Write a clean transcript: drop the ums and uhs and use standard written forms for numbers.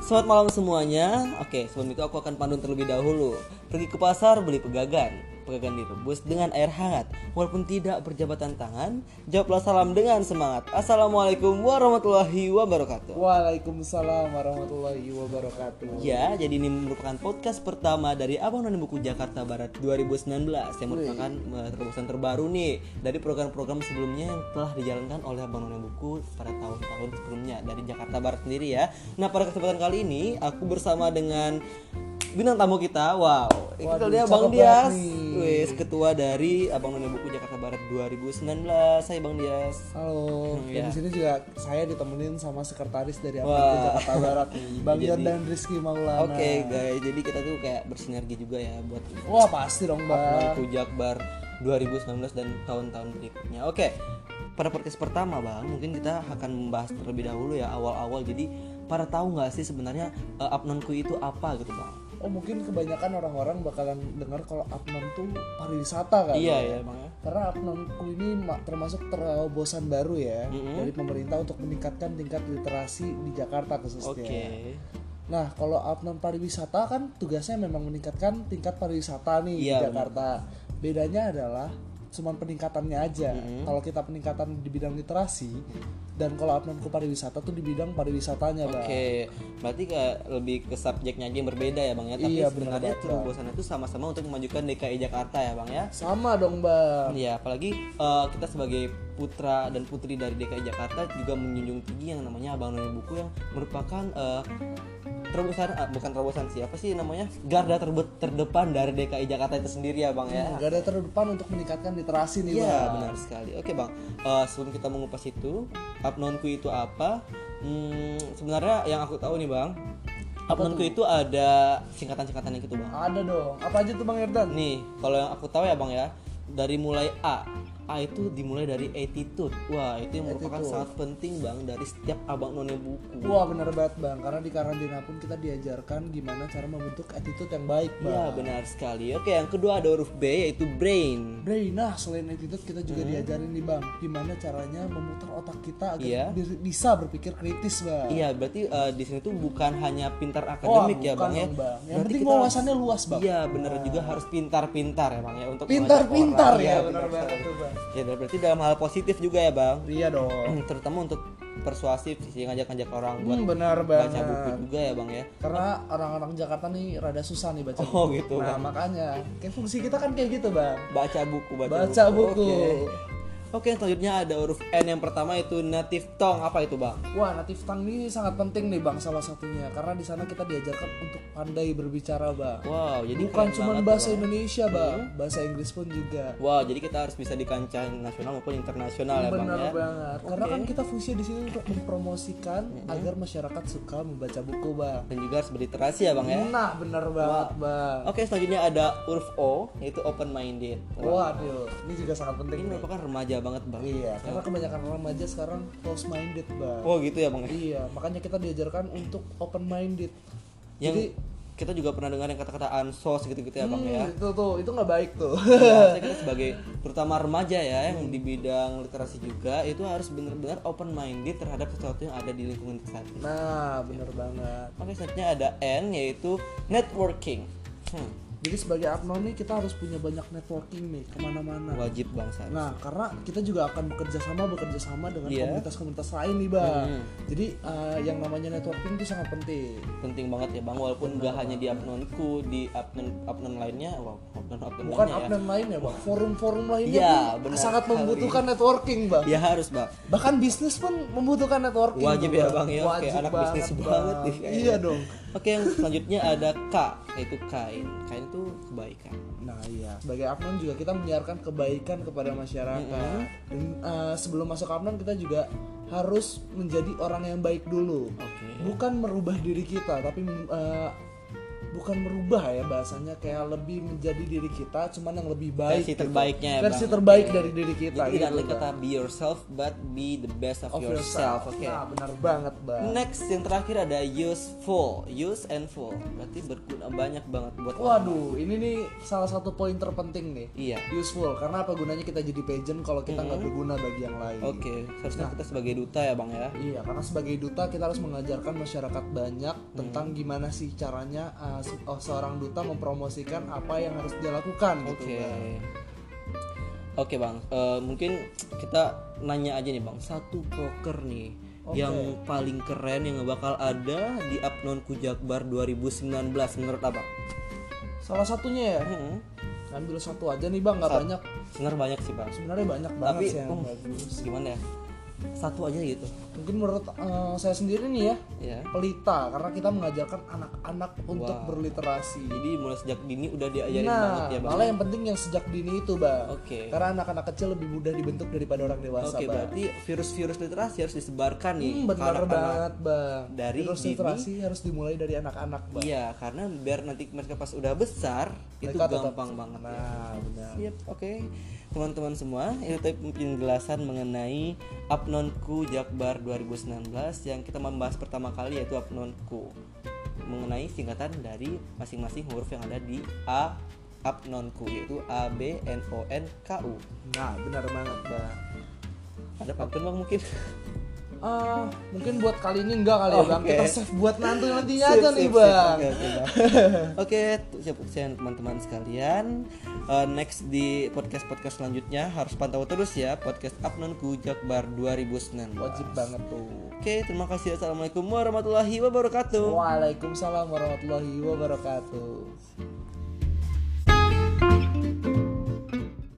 Selamat malam semuanya. Oke, sebelum itu aku akan pantun terlebih dahulu. Pergi ke pasar beli pegagan direbus dengan air hangat. Walaupun tidak berjabatan tangan, jawablah salam dengan semangat. Assalamualaikum warahmatullahi wabarakatuh. Waalaikumsalam warahmatullahi wabarakatuh. Ya, jadi ini merupakan podcast pertama dari Abang None Buku Jakarta Barat 2019 yang merupakan terobosan terbaru nih dari program-program sebelumnya yang telah dijalankan oleh Abang None Buku pada tahun-tahun sebelumnya dari Jakarta Barat sendiri ya. Nah, pada kesempatan kali ini aku bersama dengan bintang tamu kita, kita dia Bang Dias, ketua dari Abang None Buku Jakarta Barat 2019. Saya Bang Dias. Halo. Dan di sini juga saya ditemenin sama sekretaris dari Abang Buku Jakarta Barat nih, Bang Yordan Rizky Maulana. Oke, guys, jadi kita tuh kayak bersinergi juga ya buat pasti dong Bang. Abang Buku Jakbar 2019 dan tahun-tahun berikutnya. Oke. Pada podcast pertama Bang, mungkin kita akan membahas terlebih dahulu ya awal-awal. Jadi pada tahu nggak sih sebenarnya Apnonku itu apa gitu Bang? Mungkin kebanyakan orang-orang bakalan dengar kalau Apnon tuh pariwisata kan. Iya ya Bang ya. Karena Apnonku ini termasuk terobosan baru ya dari pemerintah untuk meningkatkan tingkat literasi di Jakarta khususnya. Oke. Nah, kalau Apnon pariwisata kan tugasnya memang meningkatkan tingkat pariwisata nih di Jakarta. Bedanya adalah cuma peningkatannya aja. Kalau kita peningkatan di bidang literasi dan kalau Apnonku pariwisata tuh di bidang pariwisatanya, Bang. Oke. Berarti kayak lebih ke subjeknya aja yang berbeda ya Bang ya. Tapi sebenarnya terobosan itu sama-sama untuk memajukan DKI Jakarta ya Bang ya. Sama dong, Bang. Iya, apalagi kita sebagai putra dan putri dari DKI Jakarta juga menjunjung tinggi yang namanya Abang None Buku yang merupakan terobosan siapa sih namanya, garda terdepan dari DKI Jakarta itu sendiri ya Bang ya. Garda terdepan untuk meningkatkan literasi nih Bang. Iya benar sekali. Oke Bang, sebelum kita mengupas itu Apnonku itu apa, sebenarnya yang aku tahu nih Bang, Apnonku itu ada singkatan-singkatannya gitu Bang. Ada dong. Apa aja tuh Bang Erdan? Nih kalau yang aku tahu ya Bang ya, dari mulai A itu dimulai dari attitude. Wah, itu yang merupakan sangat penting Bang dari setiap Abang None Buku. Wah, benar banget Bang. Karena di karantina pun kita diajarkan gimana cara membentuk attitude yang baik, Bang. Iya, benar sekali. Oke, yang kedua ada huruf B yaitu brain. Brain. Nah, selain attitude kita juga diajarin nih Bang, gimana caranya memutar otak kita agar bisa berpikir kritis, Bang. Iya, berarti di sini tuh bukan hanya pintar akademik ya Bang ya. Yang penting wawasannya luas, Bang. Iya, benar juga harus pintar-pintar ya Bang ya untuk pintar-pintar ya, benar banget tuh Bang. Ya, berarti dalam hal positif juga ya Bang. Iya dong. Terutama untuk persuasif sih, ngajak-ngajak orang buat baca buku juga ya Bang ya. Karena orang-orang Jakarta nih rada susah nih baca buku. Oh gitu. Nah, makanya kayak fungsi kita kan kayak gitu Bang. Baca buku. Buku. Oke, selanjutnya ada huruf N yang pertama itu native tongue. Apa itu Bang? Wah, native tongue ini sangat penting nih Bang, salah satunya. Karena di sana kita diajarkan untuk pandai berbicara Bang. Wow, jadi bukan cuma bahasa Indonesia Bang, bahasa Inggris pun juga. Wow, jadi kita harus bisa di kancah nasional maupun internasional ya Bang ya. Benar banget. Karena kan kita fungsi di sini untuk mempromosikan agar masyarakat suka membaca buku Bang. Dan juga harus berliterasi ya Bang ya. Nah, benar banget Bang. Oke, selanjutnya ada huruf O yaitu open minded. Waduh, ini juga sangat penting. Ini merupakan remaja banget Bang. Iya, karena kebanyakan remaja sekarang close minded Bang. Oh gitu ya Bang. Iya, makanya kita diajarkan untuk open minded. Jadi kita juga pernah dengar yang kata-kata ansos gitu-gitu ya Bang ya. Itu nggak baik tuh. Ya, kita sebagai terutama remaja ya yang di bidang literasi juga itu harus benar-benar open minded terhadap sesuatu yang ada di lingkungan kita. Nah, benar banget. Oke, selanjutnya ada N yaitu networking. Jadi sebagai Apnon nih kita harus punya banyak networking nih kemana-mana. Wajib Bang. Nah, karena kita juga akan bekerja sama dengan komunitas-komunitas lain nih Bang. Jadi yang namanya networking itu sangat penting. Penting banget ya Bang, walaupun nggak hanya di Apnonku, di Apnon lainnya, bukan Apnon lainnya Bang, forum-forum lainnya sangat membutuhkan networking Bang. Ya harus Bang. Bahkan bisnis pun membutuhkan networking. Wajib ya Bang ya, wajib anak bisnis banget nih. Iya dong. Oke, yang selanjutnya ada K yaitu kain. Kain itu kebaikan. Nah iya, sebagai Apnon juga kita menyiarkan kebaikan kepada masyarakat. Dan sebelum masuk Apnon kita juga harus menjadi orang yang baik dulu. Bukan merubah diri kita, tapi bukan merubah ya bahasanya, kayak lebih menjadi diri kita cuman yang lebih baik, versi terbaiknya ya, versi Bang. terbaik Oke. dari diri kita. Jadi tidak gitu, ada kata be yourself but be the best of yourself. Oke. Nah, benar banget, Bang. Next yang terakhir ada useful, use and full. Berarti berguna banyak banget buat orang. Waduh, ini nih salah satu poin terpenting nih. Iya. Useful, karena apa gunanya kita jadi pageant kalau kita nggak berguna bagi yang lain. Oke, seharusnya kita sebagai duta ya, Bang ya. Iya, karena sebagai duta kita harus mengajarkan masyarakat banyak tentang gimana sih caranya seorang duta mempromosikan apa yang harus dia lakukan gitu. Oke. Bang. Oke, Bang. Mungkin kita nanya aja nih, Bang. Satu proker nih yang paling keren yang bakal ada di Apnonku Jakbar 2019 menurut Abang? Salah satunya ya. Ambil satu aja nih, Bang, nggak banyak. Sebenarnya banyak sih, Bang. Sebenarnya banyak banget Tapi sih yang bagus. gimana ya? Satu aja gitu. Mungkin menurut saya sendiri nih ya, Ya. pelita, karena kita mengajarkan anak-anak untuk berliterasi. Jadi mulai sejak dini udah diajarin Nah, banget ya, Bang. malah yang penting yang sejak dini itu, Bang. Oke. Karena anak-anak kecil lebih mudah dibentuk daripada orang dewasa, Oke, Bang. berarti virus-virus literasi harus disebarkan nih ke Benar anak-anak. banget, Bang. Dari Virus dini. literasi harus dimulai dari anak-anak, Bang. Iya, karena biar nanti mereka pas udah besar itu Mereka tetap- gampang banget. Nah, benar. Siap, oke. Teman-teman semua, itu tadi penjelasan mengenai Apnonku Jakbar 2019 yang kita membahas pertama kali, yaitu Apnonku, mengenai singkatan dari masing-masing huruf yang ada di Apnonku, yaitu ABNONKU. Nah, benar banget, Bang. Ada pantun, Bang, mungkin? Mungkin buat kali ini enggak kali ya, Bang. Oke. Kita save buat nantinya Sip, aja sip, nih, sip. Bang. Oke, Bang. Oke, siap teman-teman sekalian. Next di podcast selanjutnya harus pantau terus ya podcast Apnonku Jakbar 2019. Wajib banget tuh. Oke, terima kasih. Assalamualaikum warahmatullahi wabarakatuh. Waalaikumsalam warahmatullahi wabarakatuh.